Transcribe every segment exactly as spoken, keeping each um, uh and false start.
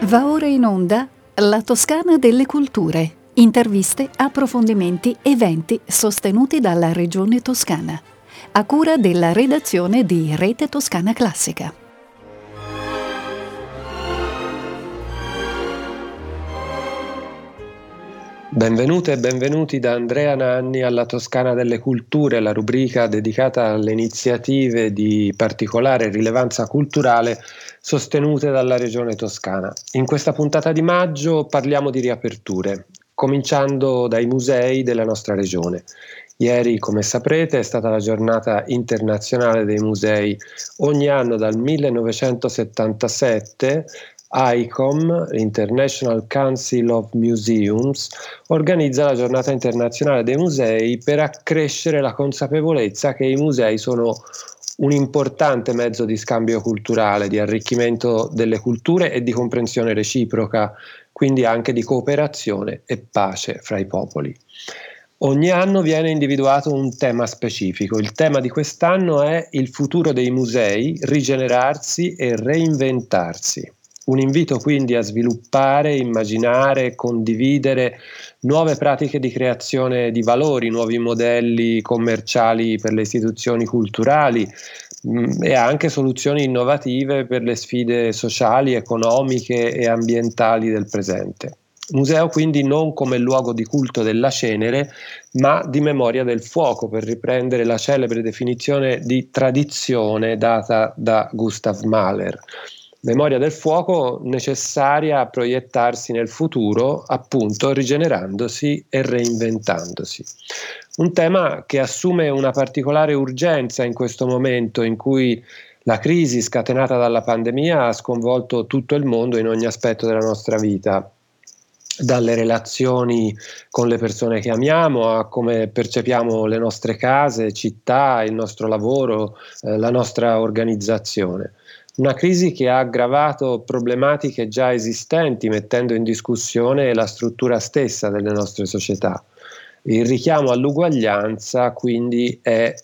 Va ora in onda La Toscana delle Culture. Interviste, approfondimenti, eventi sostenuti dalla Regione Toscana. A cura della redazione di Rete Toscana Classica. Benvenute e benvenuti da Andrea Nanni alla Toscana delle Culture, la rubrica dedicata alle iniziative di particolare rilevanza culturale sostenute dalla Regione Toscana. In questa puntata di maggio parliamo di riaperture, cominciando dai musei della nostra regione. Ieri, come saprete, è stata la giornata internazionale dei musei. Ogni anno dal millenovecentosettantasette I C O M, International Council of Museums, organizza la giornata internazionale dei musei per accrescere la consapevolezza che i musei sono un importante mezzo di scambio culturale, di arricchimento delle culture e di comprensione reciproca, quindi anche di cooperazione e pace fra i popoli. Ogni anno viene individuato un tema specifico. Il tema di quest'anno è il futuro dei musei, rigenerarsi e reinventarsi. Un invito quindi a sviluppare, immaginare e condividere nuove pratiche di creazione di valori, nuovi modelli commerciali per le istituzioni culturali mh, e anche soluzioni innovative per le sfide sociali, economiche e ambientali del presente. Museo quindi non come luogo di culto della cenere, ma di memoria del fuoco, per riprendere la celebre definizione di tradizione data da Gustav Mahler. Memoria del fuoco necessaria a proiettarsi nel futuro, appunto rigenerandosi e reinventandosi. Un tema che assume una particolare urgenza in questo momento in cui la crisi scatenata dalla pandemia ha sconvolto tutto il mondo in ogni aspetto della nostra vita, dalle relazioni con le persone che amiamo a come percepiamo le nostre case, città, il nostro lavoro, eh, la nostra organizzazione. Una crisi che ha aggravato problematiche già esistenti, mettendo in discussione la struttura stessa delle nostre società. Il richiamo all'uguaglianza quindi è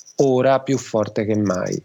ora più forte che mai.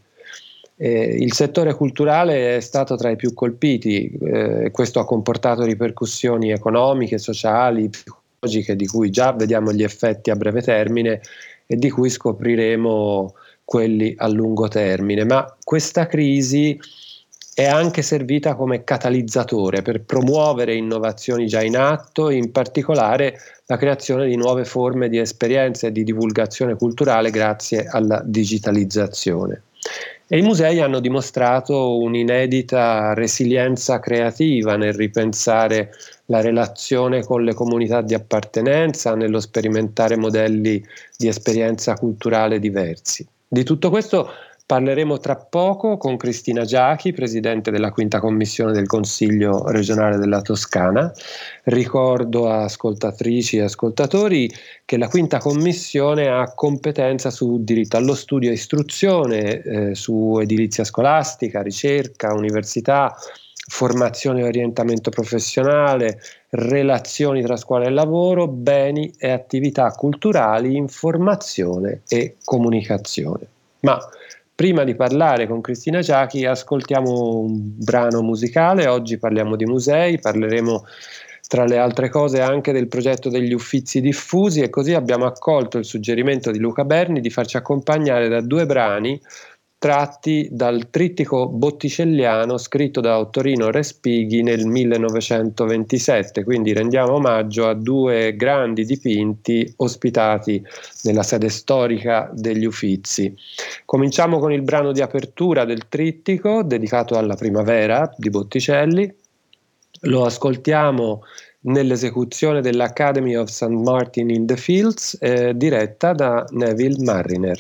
Eh, il settore culturale è stato tra i più colpiti, eh, questo ha comportato ripercussioni economiche, sociali, psicologiche, di cui già vediamo gli effetti a breve termine e di cui scopriremo quelli a lungo termine, ma questa crisi è anche servita come catalizzatore per promuovere innovazioni già in atto, in particolare la creazione di nuove forme di esperienze e di divulgazione culturale grazie alla digitalizzazione. E i musei hanno dimostrato un'inedita resilienza creativa nel ripensare la relazione con le comunità di appartenenza, nello sperimentare modelli di esperienza culturale diversi. Di tutto questo parleremo tra poco con Cristina Giachi, presidente della quinta commissione del Consiglio regionale della Toscana. Ricordo a ascoltatrici e ascoltatori che la quinta commissione ha competenza su diritto allo studio e istruzione, eh, su edilizia scolastica, ricerca, università, formazione e orientamento professionale, relazioni tra scuola e lavoro, beni e attività culturali, informazione e comunicazione. Ma prima di parlare con Cristina Giachi, ascoltiamo un brano musicale. Oggi parliamo di musei, parleremo tra le altre cose anche del progetto degli Uffizi diffusi e così abbiamo accolto il suggerimento di Luca Berni di farci accompagnare da due brani tratti dal trittico botticelliano scritto da Ottorino Respighi nel millenovecentoventisette, quindi rendiamo omaggio a due grandi dipinti ospitati nella sede storica degli Uffizi. Cominciamo con il brano di apertura del trittico dedicato alla primavera di Botticelli. Lo ascoltiamo nell'esecuzione dell'Academy of Saint Martin in the Fields, eh, diretta da Neville Marriner.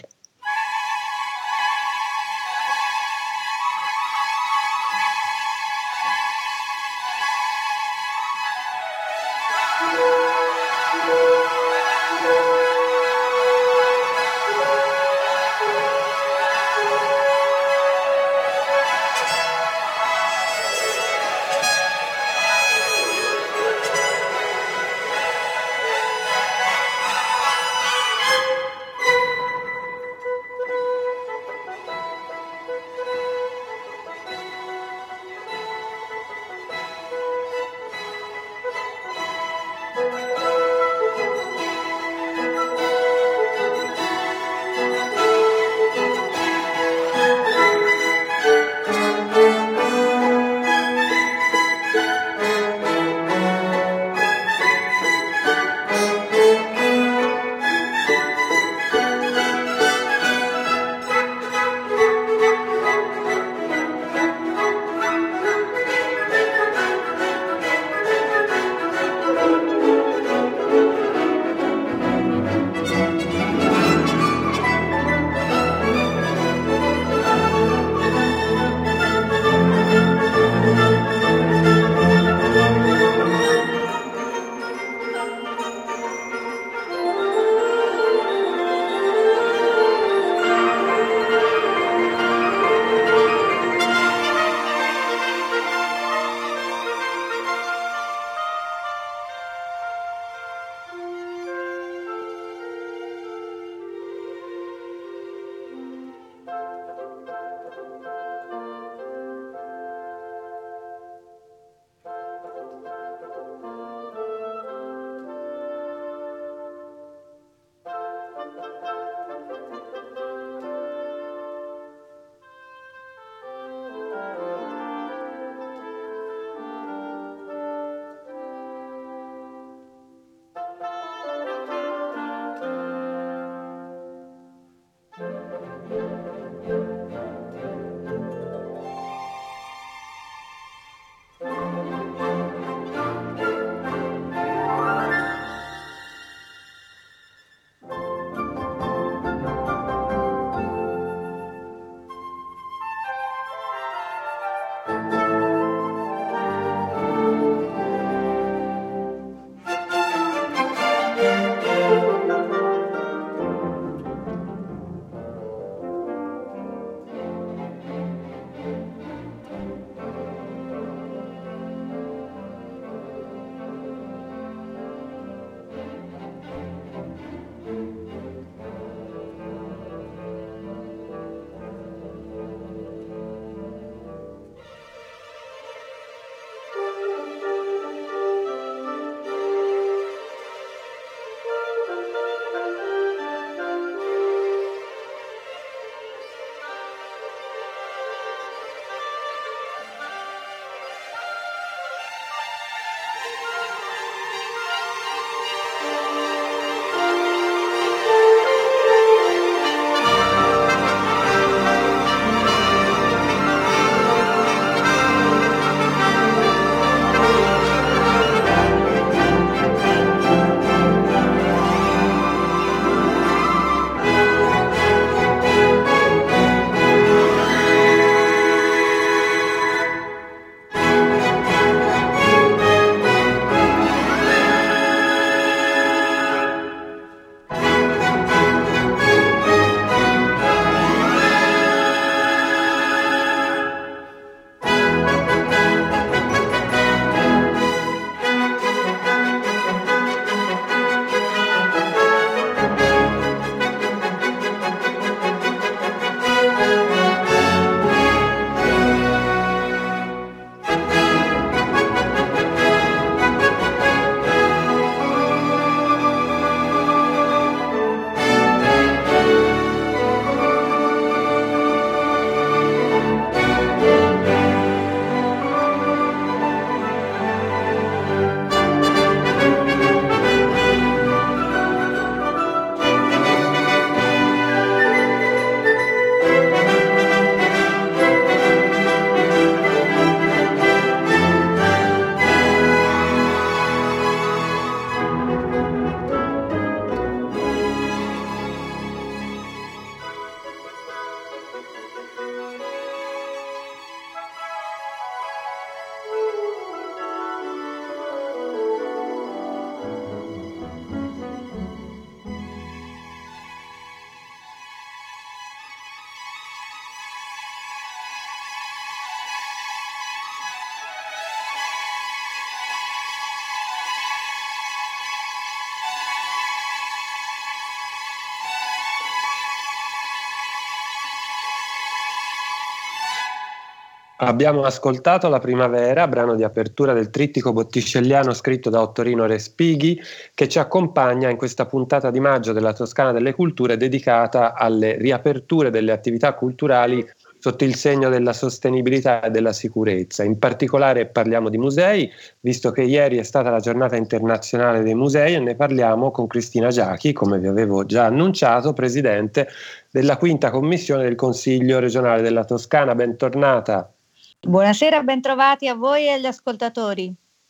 Abbiamo ascoltato La Primavera, brano di apertura del trittico botticelliano scritto da Ottorino Respighi, che ci accompagna in questa puntata di maggio della Toscana delle Culture dedicata alle riaperture delle attività culturali sotto il segno della sostenibilità e della sicurezza. In particolare parliamo di musei, visto che ieri è stata la giornata internazionale dei musei, e ne parliamo con Cristina Giachi, come vi avevo già annunciato, presidente della quinta commissione del Consiglio regionale della Toscana. Bentornata. Buonasera, bentrovati a voi e agli ascoltatori.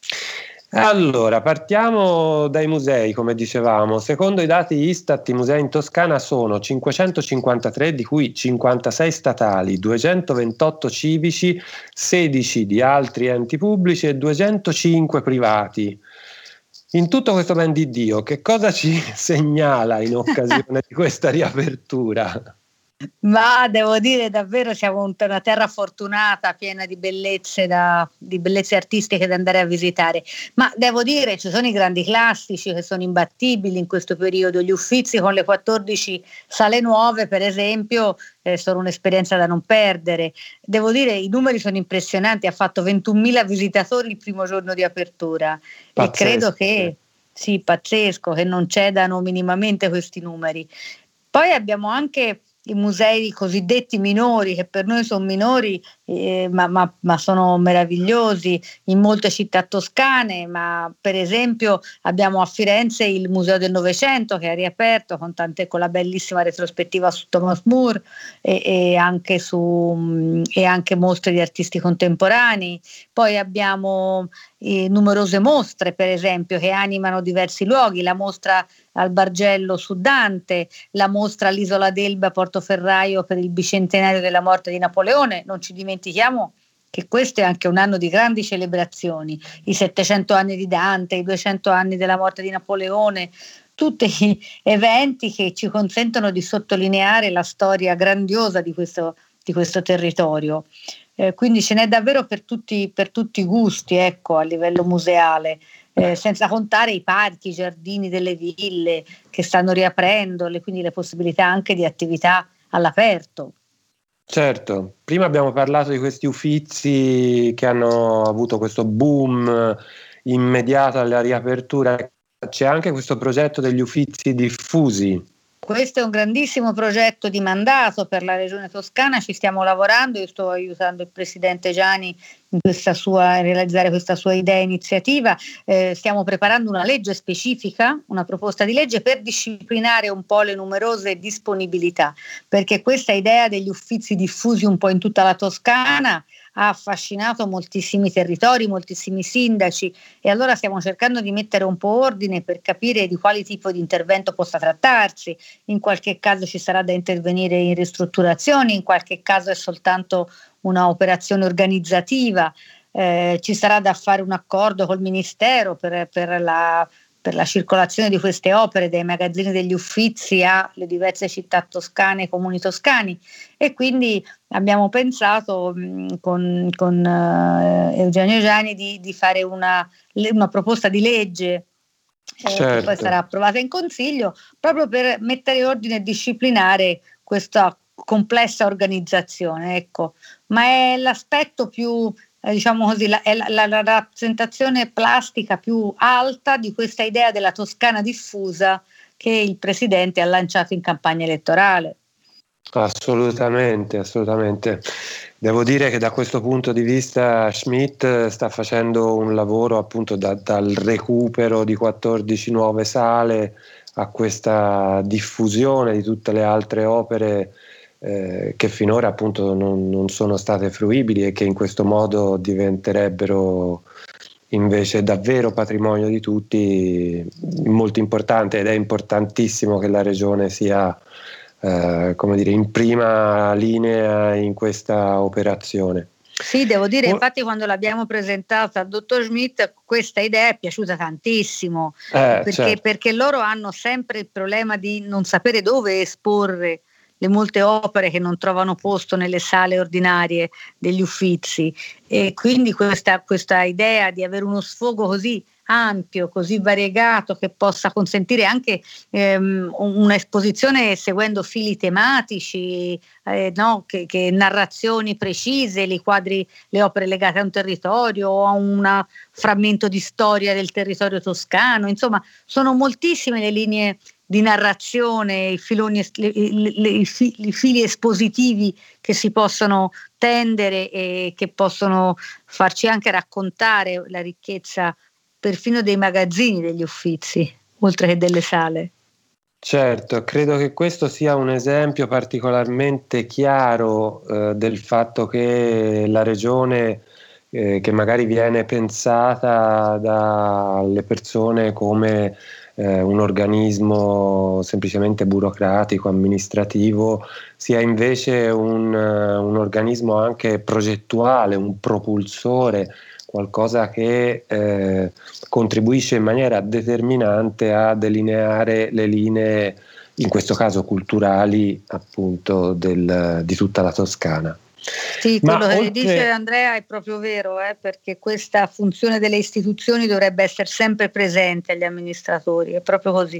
Allora, partiamo dai musei, come dicevamo. Secondo i dati Istat, i musei in Toscana sono cinquecentocinquantatré, di cui cinquantasei statali, duecentoventotto civici, sedici di altri enti pubblici e duecentocinque privati. In tutto questo ben di Dio, che cosa ci segnala in occasione di questa riapertura? Ma devo dire davvero siamo una terra fortunata, piena di bellezze, da, di bellezze artistiche da andare a visitare, ma devo dire ci sono i grandi classici che sono imbattibili in questo periodo. Gli Uffizi con le quattordici sale nuove, per esempio, eh, sono un'esperienza da non perdere. Devo dire i numeri sono impressionanti, ha fatto ventunomila visitatori il primo giorno di apertura. Pazzesco. E credo che sì, pazzesco, che non cedano minimamente questi numeri. Poi abbiamo anche i musei cosiddetti minori, che per noi sono minori, eh, ma, ma, ma sono meravigliosi in molte città toscane. Ma per esempio abbiamo a Firenze il Museo del Novecento, che è riaperto con, tante, con la bellissima retrospettiva su Thomas More e, e, anche su, e anche mostre di artisti contemporanei. Poi abbiamo eh, numerose mostre, per esempio, che animano diversi luoghi: la mostra al Bargello su Dante, la mostra all'Isola d'Elba a Portoferraio per il bicentenario della morte di Napoleone. Non ci dimentichiamo che questo è anche un anno di grandi celebrazioni, i settecento anni di Dante, i duecento anni della morte di Napoleone, tutti eventi che ci consentono di sottolineare la storia grandiosa di questo, di questo territorio. Eh, quindi ce n'è davvero per tutti, per tutti i gusti, ecco, a livello museale. Eh, senza contare i parchi, i giardini delle ville che stanno riaprendo, le, quindi le possibilità anche di attività all'aperto. Certo, prima abbiamo parlato di questi Uffizi che hanno avuto questo boom immediato alla riapertura. C'è anche questo progetto degli Uffizi diffusi. Questo è un grandissimo progetto di mandato per la Regione Toscana, ci stiamo lavorando, io sto aiutando il Presidente Giani in questa sua, realizzare questa sua idea iniziativa. Eh, stiamo preparando una legge specifica, una proposta di legge per disciplinare un po' le numerose disponibilità, perché questa idea degli Uffizi diffusi un po' in tutta la Toscana ha affascinato moltissimi territori, moltissimi sindaci, e allora stiamo cercando di mettere un po' ordine per capire di quale tipo di intervento possa trattarsi. In qualche caso ci sarà da intervenire in ristrutturazioni, in qualche caso è soltanto una operazione organizzativa, eh, ci sarà da fare un accordo col Ministero per, per la per la circolazione di queste opere dai magazzini degli Uffizi alle diverse città toscane e comuni toscani, e quindi abbiamo pensato mh, con, con uh, Eugenio Giani di, di fare una, una proposta di legge eh, certo. che poi sarà approvata in Consiglio, proprio per mettere ordine e disciplinare questa complessa organizzazione, ecco. Ma è l'aspetto più diciamo così, la, è la, la, la rappresentazione plastica più alta di questa idea della Toscana diffusa che il Presidente ha lanciato in campagna elettorale. Assolutamente, assolutamente. Devo dire che da questo punto di vista Schmidt sta facendo un lavoro appunto da, dal recupero di quattordici nuove sale a questa diffusione di tutte le altre opere Eh, che finora appunto non, non sono state fruibili e che in questo modo diventerebbero invece davvero patrimonio di tutti, molto importante. Ed è importantissimo che la Regione sia eh, come dire, in prima linea in questa operazione. Sì, devo dire, infatti quando l'abbiamo presentata al dottor Schmidt questa idea è piaciuta tantissimo, eh, perché, certo. perché loro hanno sempre il problema di non sapere dove esporre le molte opere che non trovano posto nelle sale ordinarie degli Uffizi, e quindi questa, questa idea di avere uno sfogo così ampio, così variegato, che possa consentire anche ehm, un'esposizione seguendo fili tematici, eh, no? che, che narrazioni precise, i quadri, le opere legate a un territorio o a un frammento di storia del territorio toscano. Insomma, sono moltissime le linee di narrazione, i, filoni, le, le, le, i, fi, i fili espositivi che si possono tendere e che possono farci anche raccontare la ricchezza perfino dei magazzini degli Uffizi, oltre che delle sale. Certo, credo che questo sia un esempio particolarmente chiaro eh, del fatto che la regione, eh, che magari viene pensata dalle persone come eh, un organismo semplicemente burocratico, amministrativo, sia invece un, un organismo anche progettuale, un propulsore, qualcosa che eh, contribuisce in maniera determinante a delineare le linee, in questo caso culturali, appunto del, di tutta la Toscana. Sì, quello Ma che oltre... dice Andrea è proprio vero, eh, perché questa funzione delle istituzioni dovrebbe essere sempre presente agli amministratori, è proprio così.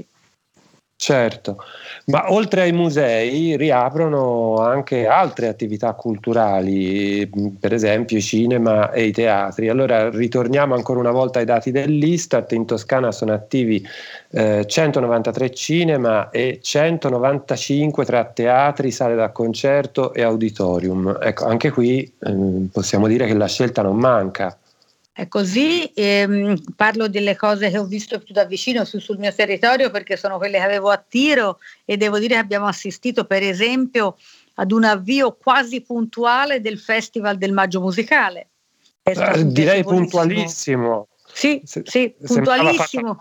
Certo, ma oltre ai musei riaprono anche altre attività culturali, per esempio i cinema e i teatri. Allora ritorniamo ancora una volta ai dati dell'Istat. In Toscana sono attivi eh, centonovantatré cinema e centonovantacinque tra teatri, sale da concerto e auditorium. Ecco, anche qui eh, possiamo dire che la scelta non manca. È così, ehm, parlo delle cose che ho visto più da vicino su, sul mio territorio, perché sono quelle che avevo a tiro, e devo dire che abbiamo assistito per esempio ad un avvio quasi puntuale del Festival del Maggio Musicale. Eh, direi puntualissimo. Sì, Se, sì, puntualissimo.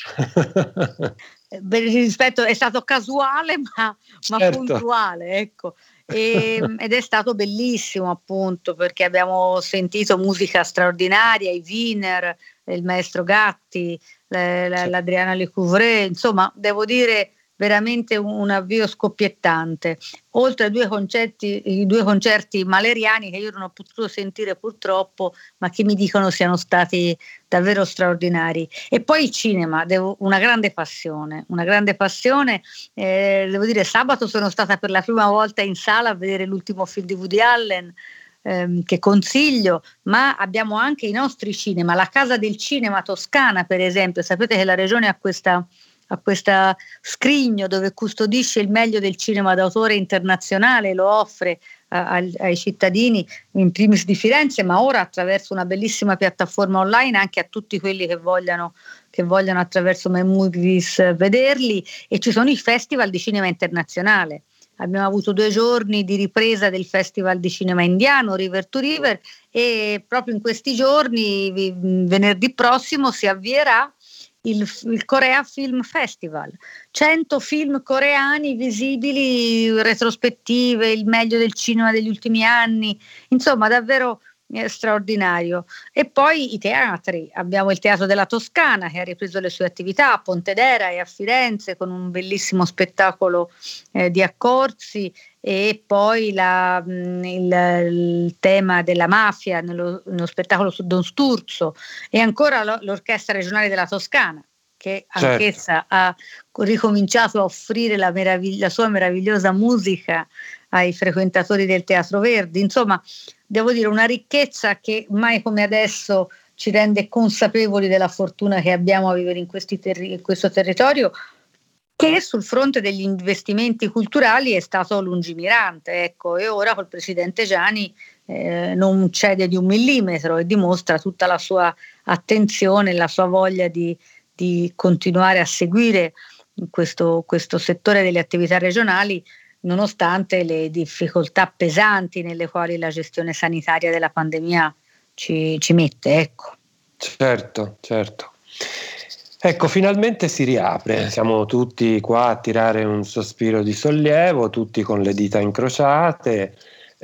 Beh, rispetto, è stato casuale ma, certo. ma puntuale, ecco. E, ed è stato bellissimo, appunto, perché abbiamo sentito musica straordinaria, i Wiener, il maestro Gatti, le, la, l'Adriana Lecouvreur, insomma devo dire veramente un, un avvio scoppiettante, oltre ai due concerti, i due concerti maleriani che io non ho potuto sentire purtroppo, ma che mi dicono siano stati davvero straordinari. E poi il cinema, devo, una grande passione, una grande passione, eh, devo dire sabato sono stata per la prima volta in sala a vedere l'ultimo film di Woody Allen, ehm, che consiglio, ma abbiamo anche i nostri cinema, la Casa del Cinema Toscana per esempio. Sapete che la regione ha questa a questo scrigno dove custodisce il meglio del cinema d'autore internazionale, lo offre a, a, ai cittadini in primis di Firenze, ma ora attraverso una bellissima piattaforma online anche a tutti quelli che vogliano, che vogliano attraverso My Movies vederli. E ci sono i festival di cinema internazionale. Abbiamo avuto due giorni di ripresa del Festival di Cinema Indiano, River to River, e proprio in questi giorni, venerdì prossimo, si avvierà Il, il Korea Film Festival, cento film coreani visibili, retrospettive, il meglio del cinema degli ultimi anni, insomma davvero eh, straordinario. E poi i teatri, abbiamo il Teatro della Toscana che ha ripreso le sue attività a Pontedera e a Firenze con un bellissimo spettacolo eh, di accorsi, e poi la, mh, il, il tema della mafia nello, nello spettacolo su Don Sturzo, e ancora lo, l'Orchestra Regionale della Toscana che certo. anch'essa ha ricominciato a offrire la, meravigli- la sua meravigliosa musica ai frequentatori del Teatro Verdi. Insomma, devo dire una ricchezza che mai come adesso ci rende consapevoli della fortuna che abbiamo a vivere in, questi terri- in questo territorio, che sul fronte degli investimenti culturali è stato lungimirante, ecco, e ora col presidente Gianni eh, non cede di un millimetro e dimostra tutta la sua attenzione, la sua voglia di, di continuare a seguire questo, questo settore delle attività regionali, nonostante le difficoltà pesanti nelle quali la gestione sanitaria della pandemia ci, ci mette, ecco. Certo, certo. Ecco, finalmente si riapre, siamo tutti qua a tirare un sospiro di sollievo, tutti con le dita incrociate,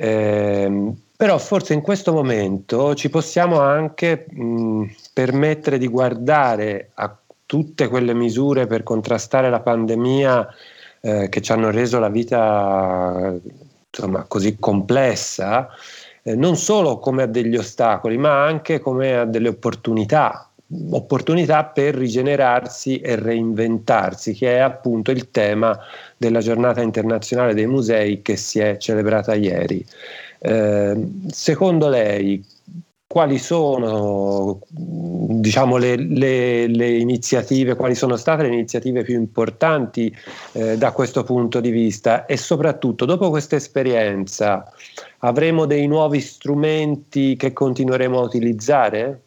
ehm, però forse in questo momento ci possiamo anche mh, permettere di guardare a tutte quelle misure per contrastare la pandemia eh, che ci hanno reso la vita insomma, così complessa, eh, non solo come a degli ostacoli, ma anche come a delle opportunità. opportunità per rigenerarsi e reinventarsi, che è appunto il tema della giornata internazionale dei musei che si è celebrata ieri. Eh, secondo lei quali sono, diciamo, le, le, le iniziative, quali sono state le iniziative più importanti eh, da questo punto di vista, e soprattutto dopo questa esperienza avremo dei nuovi strumenti che continueremo a utilizzare?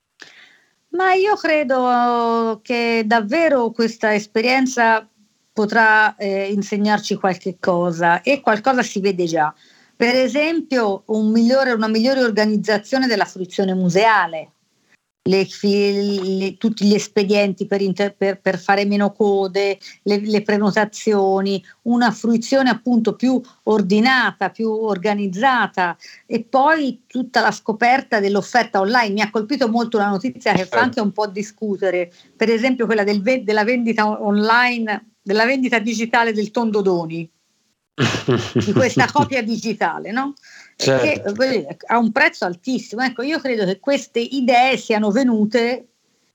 Ma io credo che davvero questa esperienza potrà eh, insegnarci qualche cosa, e qualcosa si vede già. Per esempio un migliore, una migliore organizzazione della fruizione museale, le, le, tutti gli espedienti per, inter, per, per fare meno code, le, le prenotazioni, una fruizione appunto più ordinata, più organizzata, e poi tutta la scoperta dell'offerta online. Mi ha colpito molto una notizia che fa anche un po' discutere, per esempio quella del, della vendita online, della vendita digitale del Tondodoni, di questa copia digitale, no? Certo. Che ha un prezzo altissimo. Ecco, io credo che queste idee siano venute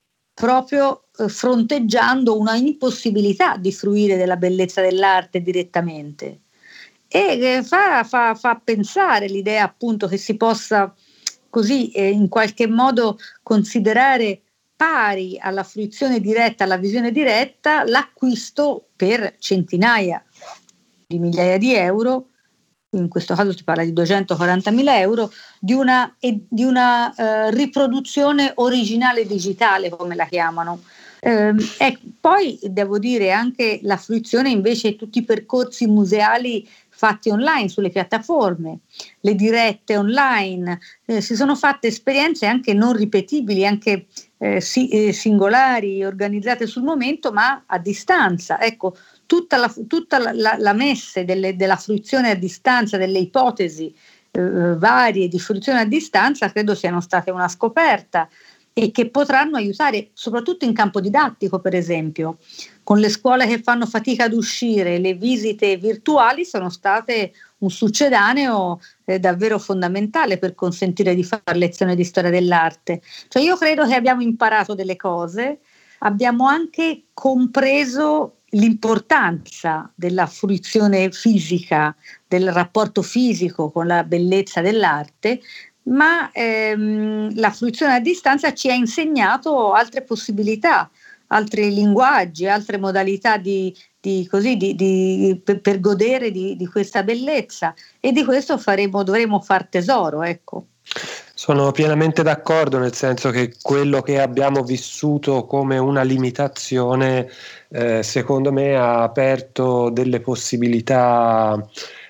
proprio eh, fronteggiando una impossibilità di fruire della bellezza dell'arte direttamente, e eh, fa, fa, fa pensare l'idea appunto che si possa così eh, in qualche modo considerare pari alla fruizione diretta, alla visione diretta, l'acquisto per centinaia di migliaia di euro, in questo caso si parla di duecentoquarantamila euro, di una, di una eh, riproduzione originale digitale, come la chiamano. Eh, e poi devo dire anche la fruizione invece di tutti i percorsi museali fatti online sulle piattaforme, le dirette online, eh, si sono fatte esperienze anche non ripetibili, anche eh, si, eh, singolari, organizzate sul momento ma a distanza. Ecco, tutta la, tutta la, la, la messe delle, della fruizione a distanza, delle ipotesi eh, varie di fruizione a distanza, credo siano state una scoperta, e che potranno aiutare soprattutto in campo didattico, per esempio. Con le scuole che fanno fatica ad uscire, le visite virtuali sono state un succedaneo eh, davvero fondamentale per consentire di fare lezioni di storia dell'arte. Cioè io credo che abbiamo imparato delle cose, abbiamo anche compreso l'importanza della fruizione fisica, del rapporto fisico con la bellezza dell'arte, ma ehm, la fruizione a distanza ci ha insegnato altre possibilità, altri linguaggi, altre modalità di, di, così, di, di, per, per godere di, di questa bellezza, e di questo faremo, dovremo far tesoro, ecco. Sono pienamente d'accordo, nel senso che quello che abbiamo vissuto come una limitazione, eh, secondo me ha aperto delle possibilità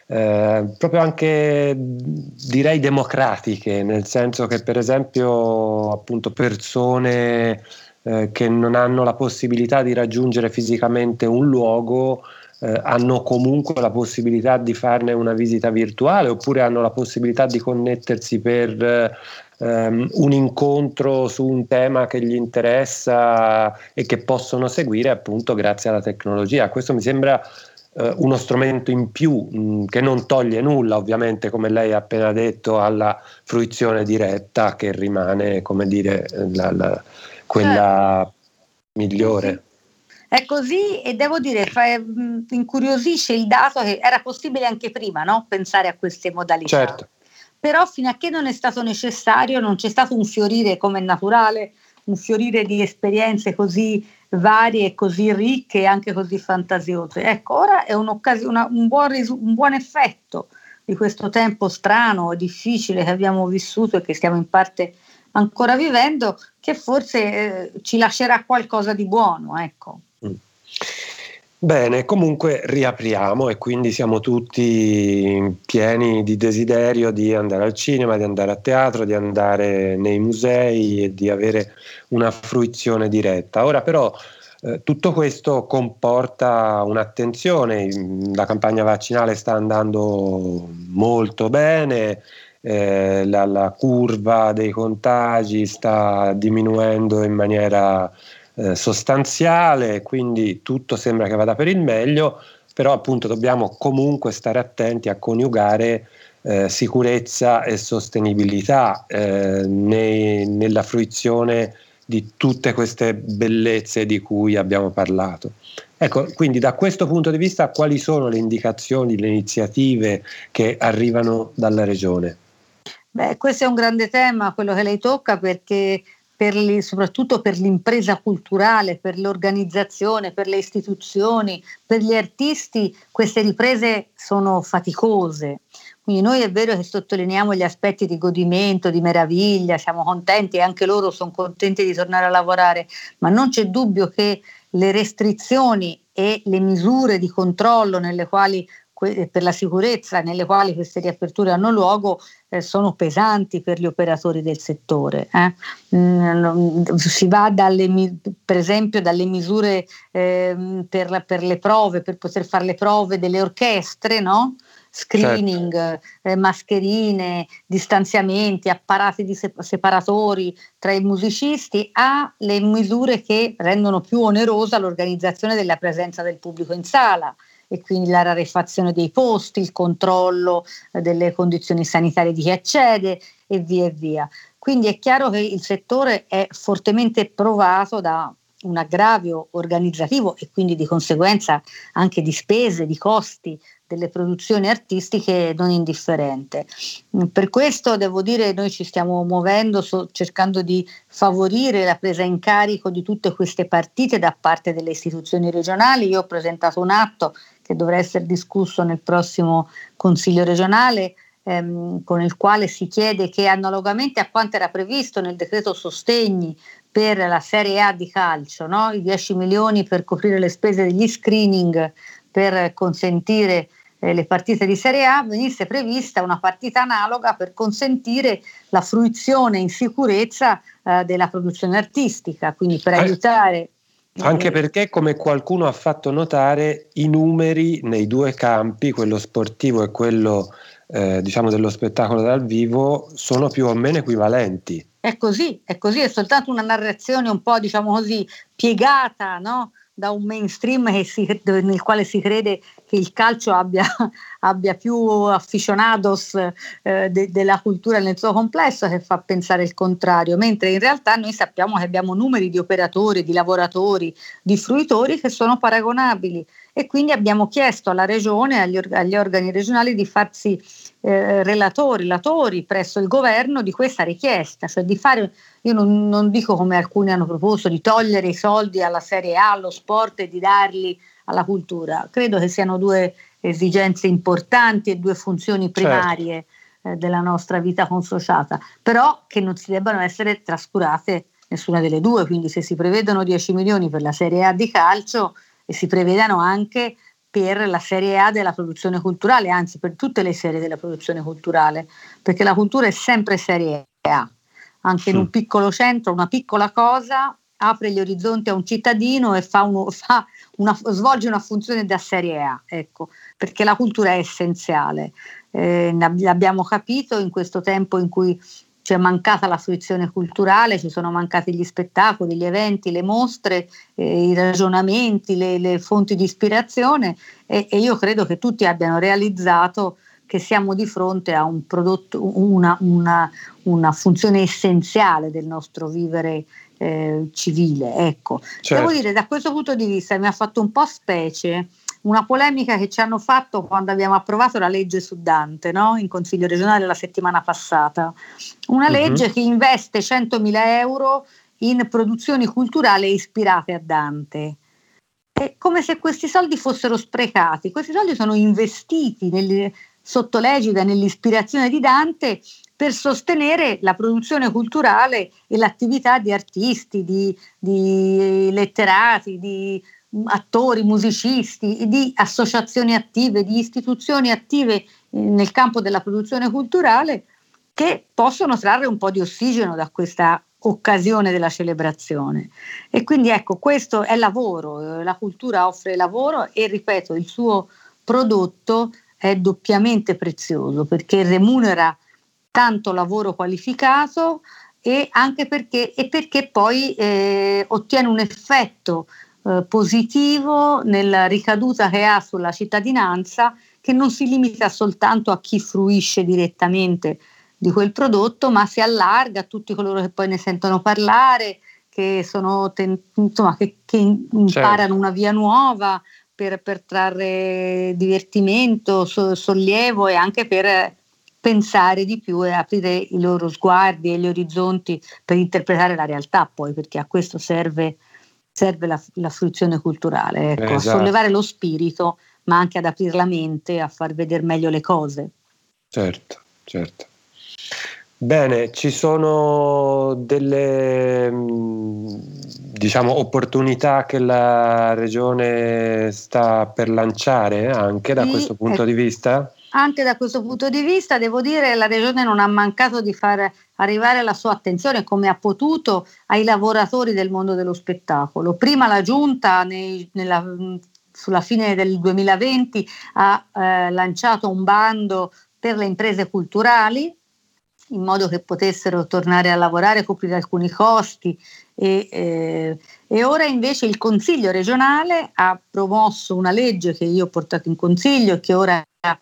eh, proprio anche, direi, democratiche, nel senso che per esempio appunto persone eh, che non hanno la possibilità di raggiungere fisicamente un luogo Eh, hanno comunque la possibilità di farne una visita virtuale, oppure hanno la possibilità di connettersi per ehm, un incontro su un tema che gli interessa e che possono seguire appunto grazie alla tecnologia. Questo mi sembra eh, uno strumento in più mh, che non toglie nulla, ovviamente, come lei ha appena detto, alla fruizione diretta, che rimane, come dire, la, la, quella certo. migliore. È così, e devo dire, fa, incuriosisce il dato che era possibile anche prima, no? Pensare a queste modalità. Certo. Però fino a che non è stato necessario, non c'è stato un fiorire, come è naturale, un fiorire di esperienze così varie, così ricche e anche così fantasiose. Ecco, ora è un'occasione, un buon, risu- un buon effetto di questo tempo strano e difficile che abbiamo vissuto e che stiamo in parte ancora vivendo, che forse eh, ci lascerà qualcosa di buono, ecco. Bene, comunque riapriamo, e quindi siamo tutti pieni di desiderio di andare al cinema, di andare a teatro, di andare nei musei e di avere una fruizione diretta. Ora però eh, tutto questo comporta un'attenzione. La campagna vaccinale sta andando molto bene, eh, la, la curva dei contagi sta diminuendo in maniera Eh, sostanziale, quindi tutto sembra che vada per il meglio, però appunto dobbiamo comunque stare attenti a coniugare eh, sicurezza e sostenibilità eh, nei, nella fruizione di tutte queste bellezze di cui abbiamo parlato. Ecco, quindi da questo punto di vista quali sono le indicazioni, le iniziative che arrivano dalla Regione? Beh, questo è un grande tema, quello che lei tocca, perché per li, soprattutto per l'impresa culturale, per l'organizzazione, per le istituzioni, per gli artisti, queste riprese sono faticose. Quindi noi è vero che sottolineiamo gli aspetti di godimento, di meraviglia, siamo contenti e anche loro sono contenti di tornare a lavorare, ma non c'è dubbio che le restrizioni e le misure di controllo nelle quali per la sicurezza nelle quali queste riaperture hanno luogo eh, sono pesanti per gli operatori del settore. Eh. Mm, si va dalle, per esempio dalle misure eh, per, per le prove, per poter fare le prove delle orchestre, no? Screening, certo. eh, mascherine, distanziamenti, apparati di se- separatori tra i musicisti, alle misure che rendono più onerosa l'organizzazione della presenza del pubblico in sala, e quindi la rarefazione dei posti, il controllo eh, delle condizioni sanitarie di chi accede e via e via. Quindi è chiaro che il settore è fortemente provato da un aggravio organizzativo e quindi di conseguenza anche di spese, di costi delle produzioni artistiche non indifferente. Per questo devo dire noi ci stiamo muovendo so, cercando di favorire la presa in carico di tutte queste partite da parte delle istituzioni regionali. Io ho presentato un atto che dovrà essere discusso nel prossimo Consiglio regionale, ehm, con il quale si chiede che analogamente a quanto era previsto nel decreto sostegni per la Serie A di calcio, no? I dieci milioni per coprire le spese degli screening per consentire eh, le partite di Serie A, venisse prevista una partita analoga per consentire la fruizione in sicurezza eh, della produzione artistica, quindi per aiutare. Anche perché, come qualcuno ha fatto notare, i numeri nei due campi, quello sportivo e quello eh, diciamo dello spettacolo dal vivo, sono più o meno equivalenti. È così, è così, è soltanto una narrazione un po', diciamo così, piegata, no? Da un mainstream che si, nel quale si crede che il calcio abbia, abbia più aficionados eh, de, della cultura nel suo complesso, che fa pensare il contrario, mentre in realtà noi sappiamo che abbiamo numeri di operatori, di lavoratori, di fruitori che sono paragonabili, e quindi abbiamo chiesto alla regione, agli, or- agli organi regionali di farsi eh, relatori, latori presso il governo di questa richiesta, cioè di fare, io non, non dico come alcuni hanno proposto, di togliere i soldi alla Serie A, allo sport e di darli alla cultura. Credo che siano due esigenze importanti e due funzioni primarie, certo, eh, della nostra vita consociata, però che non si debbano essere trascurate nessuna delle due. Quindi se si prevedono dieci milioni per la Serie A di calcio, e si prevedano anche per la Serie A della produzione culturale, anzi per tutte le serie della produzione culturale, perché la cultura è sempre Serie A, anche sì. In un piccolo centro, una piccola cosa apre gli orizzonti a un cittadino e fa uno, fa una, svolge una funzione da Serie A, ecco, perché la cultura è essenziale. Eh, l'abbiamo capito in questo tempo in cui ci è mancata la fruizione culturale, ci sono mancati gli spettacoli, gli eventi, le mostre, eh, i ragionamenti, le, le fonti di ispirazione, e, e io credo che tutti abbiano realizzato che siamo di fronte a un prodotto, una, una, una funzione essenziale del nostro vivere eh, civile. Ecco. Certo. Devo dire, da questo punto di vista mi ha fatto un po' specie una polemica che ci hanno fatto quando abbiamo approvato la legge su Dante, no? In Consiglio regionale la settimana passata. Una legge uh-huh. che investe centomila euro in produzioni culturali ispirate a Dante. È come se questi soldi fossero sprecati. Questi soldi sono investiti nel, sotto l'egida, nell'ispirazione di Dante, per sostenere la produzione culturale e l'attività di artisti, di, di letterati, di attori, musicisti, di associazioni attive, di istituzioni attive nel campo della produzione culturale, che possono trarre un po' di ossigeno da questa occasione della celebrazione. E quindi ecco, questo è lavoro, la cultura offre lavoro e, ripeto, il suo prodotto è doppiamente prezioso perché remunera tanto lavoro qualificato e anche perché, e perché poi eh, ottiene un effetto eh, positivo nella ricaduta che ha sulla cittadinanza, che non si limita soltanto a chi fruisce direttamente di quel prodotto, ma si allarga a tutti coloro che poi ne sentono parlare, che sono ten- insomma che, che imparano certo. una via nuova per, per trarre divertimento, so, sollievo e anche per pensare di più e aprire i loro sguardi e gli orizzonti per interpretare la realtà, poi, perché a questo serve, serve la, la fruizione culturale, ecco, esatto. a sollevare lo spirito, ma anche ad aprire la mente, a far vedere meglio le cose. Certo, certo. Bene, ci sono delle diciamo opportunità che la regione sta per lanciare anche da sì, questo punto eh, di vista? Anche da questo punto di vista devo dire che la regione non ha mancato di far arrivare la sua attenzione come ha potuto ai lavoratori del mondo dello spettacolo. Prima la giunta nei, nella, sulla fine del duemilaventi ha eh, lanciato un bando per le imprese culturali in modo che potessero tornare a lavorare, coprire alcuni costi e, eh, e ora invece il Consiglio regionale ha promosso una legge che io ho portato in Consiglio e che ora,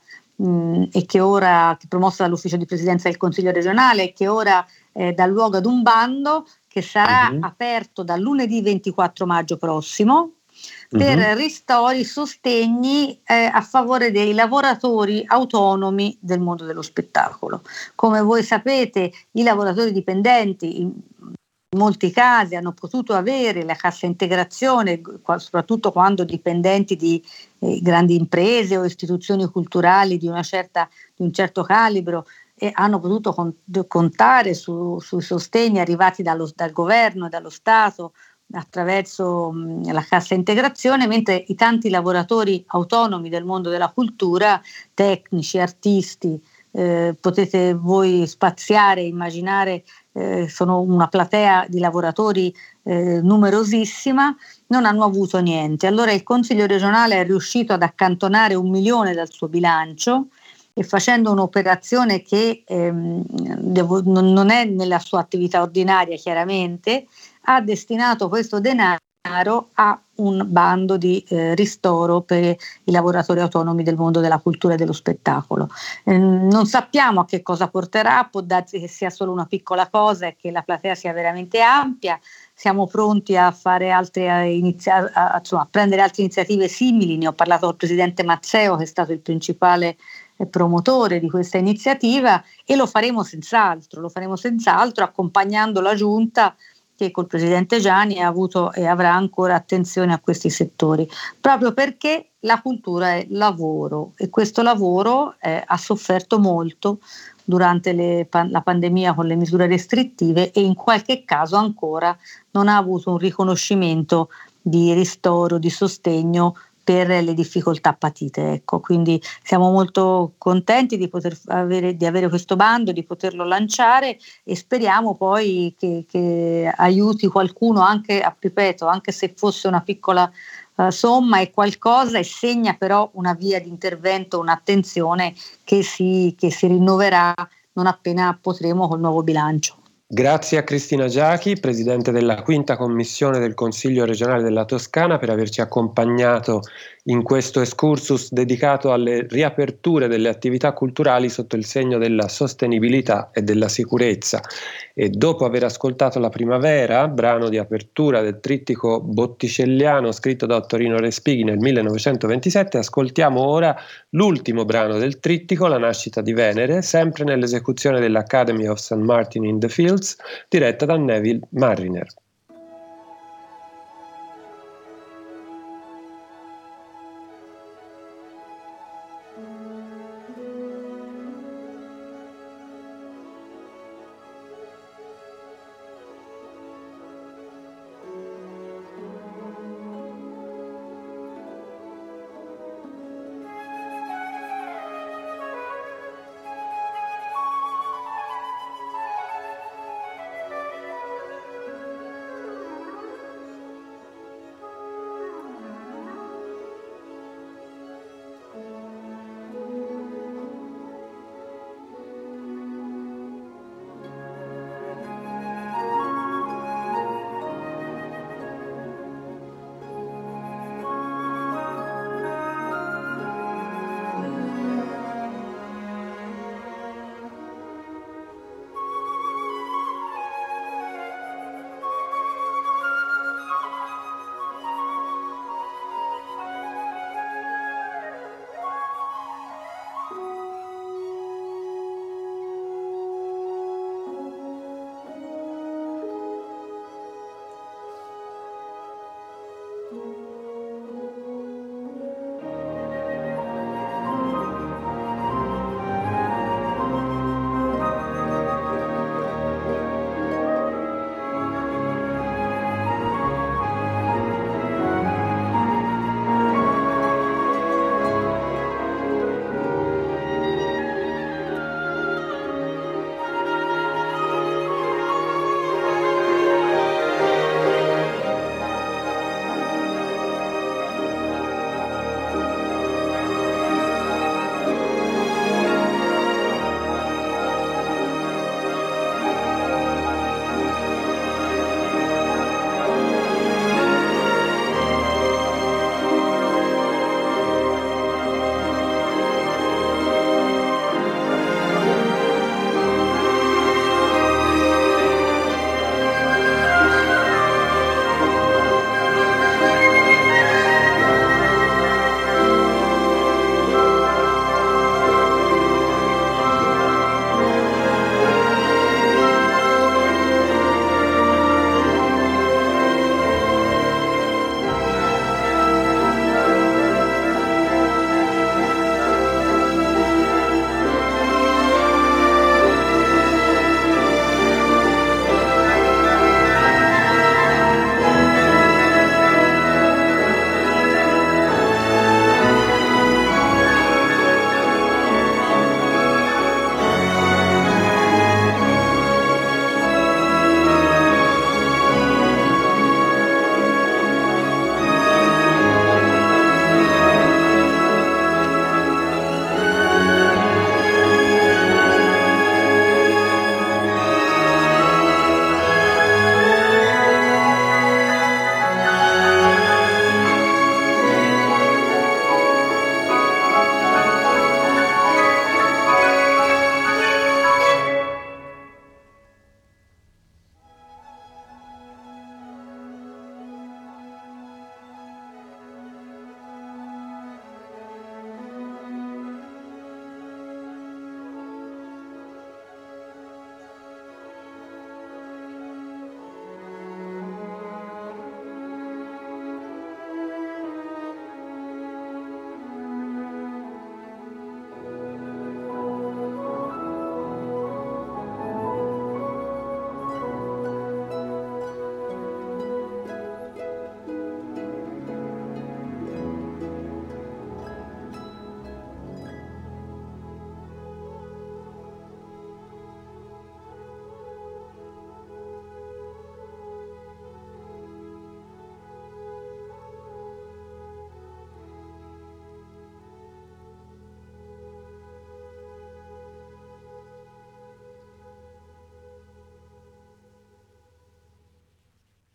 mh, e che ora che promossa dall'ufficio di presidenza del Consiglio regionale e che ora eh, dà luogo ad un bando che sarà uh-huh. aperto dal lunedì ventiquattro maggio prossimo per uh-huh. ristori, sostegni eh, a favore dei lavoratori autonomi del mondo dello spettacolo. Come voi sapete, i lavoratori dipendenti in molti casi hanno potuto avere la cassa integrazione, soprattutto quando dipendenti di eh, grandi imprese o istituzioni culturali di una certa, di un certo calibro, e hanno potuto con, contare su, sui sostegni arrivati dallo, dal governo e dallo Stato attraverso mh, la cassa integrazione, mentre i tanti lavoratori autonomi del mondo della cultura, tecnici, artisti, eh, potete voi spaziare, immaginare, eh, sono una platea di lavoratori eh, numerosissima, non hanno avuto niente. Allora il Consiglio regionale è riuscito ad accantonare un milione dal suo bilancio e facendo un'operazione che ehm, devo, non, non è nella sua attività ordinaria chiaramente, ha destinato questo denaro a un bando di eh, ristoro per i lavoratori autonomi del mondo della cultura e dello spettacolo. Eh, non sappiamo a che cosa porterà, può darsi che sia solo una piccola cosa e che la platea sia veramente ampia. Siamo pronti a fare altre inizia- a, insomma, a prendere altre iniziative simili. Ne ho parlato col presidente Mazzeo, che è stato il principale promotore di questa iniziativa, e lo faremo senz'altro, lo faremo senz'altro accompagnando la giunta che col presidente Gianni ha avuto e avrà ancora attenzione a questi settori, proprio perché la cultura è lavoro e questo lavoro eh, ha sofferto molto durante le, la pandemia con le misure restrittive e in qualche caso ancora non ha avuto un riconoscimento di ristoro, di sostegno per le difficoltà patite. Ecco, quindi siamo molto contenti di poter avere, di avere questo bando, di poterlo lanciare e speriamo poi che, che aiuti qualcuno, anche, ripeto, anche se fosse una piccola uh, somma, è qualcosa e segna però una via di intervento, un'attenzione che si, che si rinnoverà non appena potremo col nuovo bilancio. Grazie a Cristina Giachi, Presidente della quinta Commissione del Consiglio regionale della Toscana, per averci accompagnato in questo excursus dedicato alle riaperture delle attività culturali sotto il segno della sostenibilità e della sicurezza. E dopo aver ascoltato La Primavera, brano di apertura del trittico botticelliano scritto da Ottorino Respighi nel millenovecentoventisette, ascoltiamo ora l'ultimo brano del trittico, La nascita di Venere, sempre nell'esecuzione dell'Academy of Saint Martin in the Fields, diretta da Neville Marriner.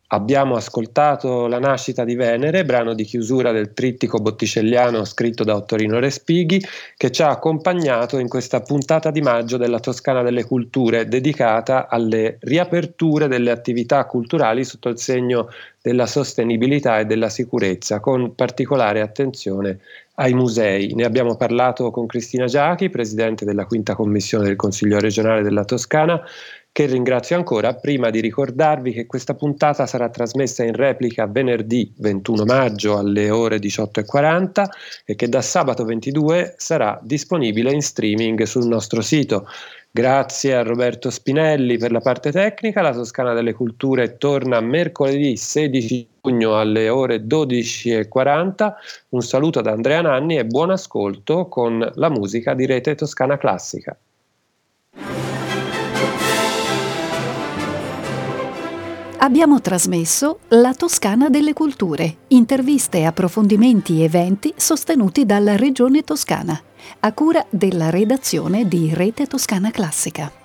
Abbiamo ascoltato La nascita di Venere, brano di chiusura del trittico botticelliano scritto da Ottorino Respighi, che ci ha accompagnato in questa puntata di maggio della Toscana delle Culture, dedicata alle riaperture delle attività culturali sotto il segno della sostenibilità e della sicurezza, con particolare attenzione ai musei. Ne abbiamo parlato con Cristina Giachi, presidente della quinta commissione del Consiglio regionale della Toscana, che ringrazio ancora, prima di ricordarvi che questa puntata sarà trasmessa in replica venerdì ventuno maggio alle ore diciotto e quaranta e che da sabato ventidue sarà disponibile in streaming sul nostro sito. Grazie a Roberto Spinelli per la parte tecnica. La Toscana delle Culture torna mercoledì sedici giugno alle ore dodici e quaranta. Un saluto da Andrea Nanni e buon ascolto con la musica di Rete Toscana Classica. Abbiamo trasmesso La Toscana delle Culture, interviste, approfondimenti, eventi sostenuti dalla Regione Toscana, a cura della redazione di Rete Toscana Classica.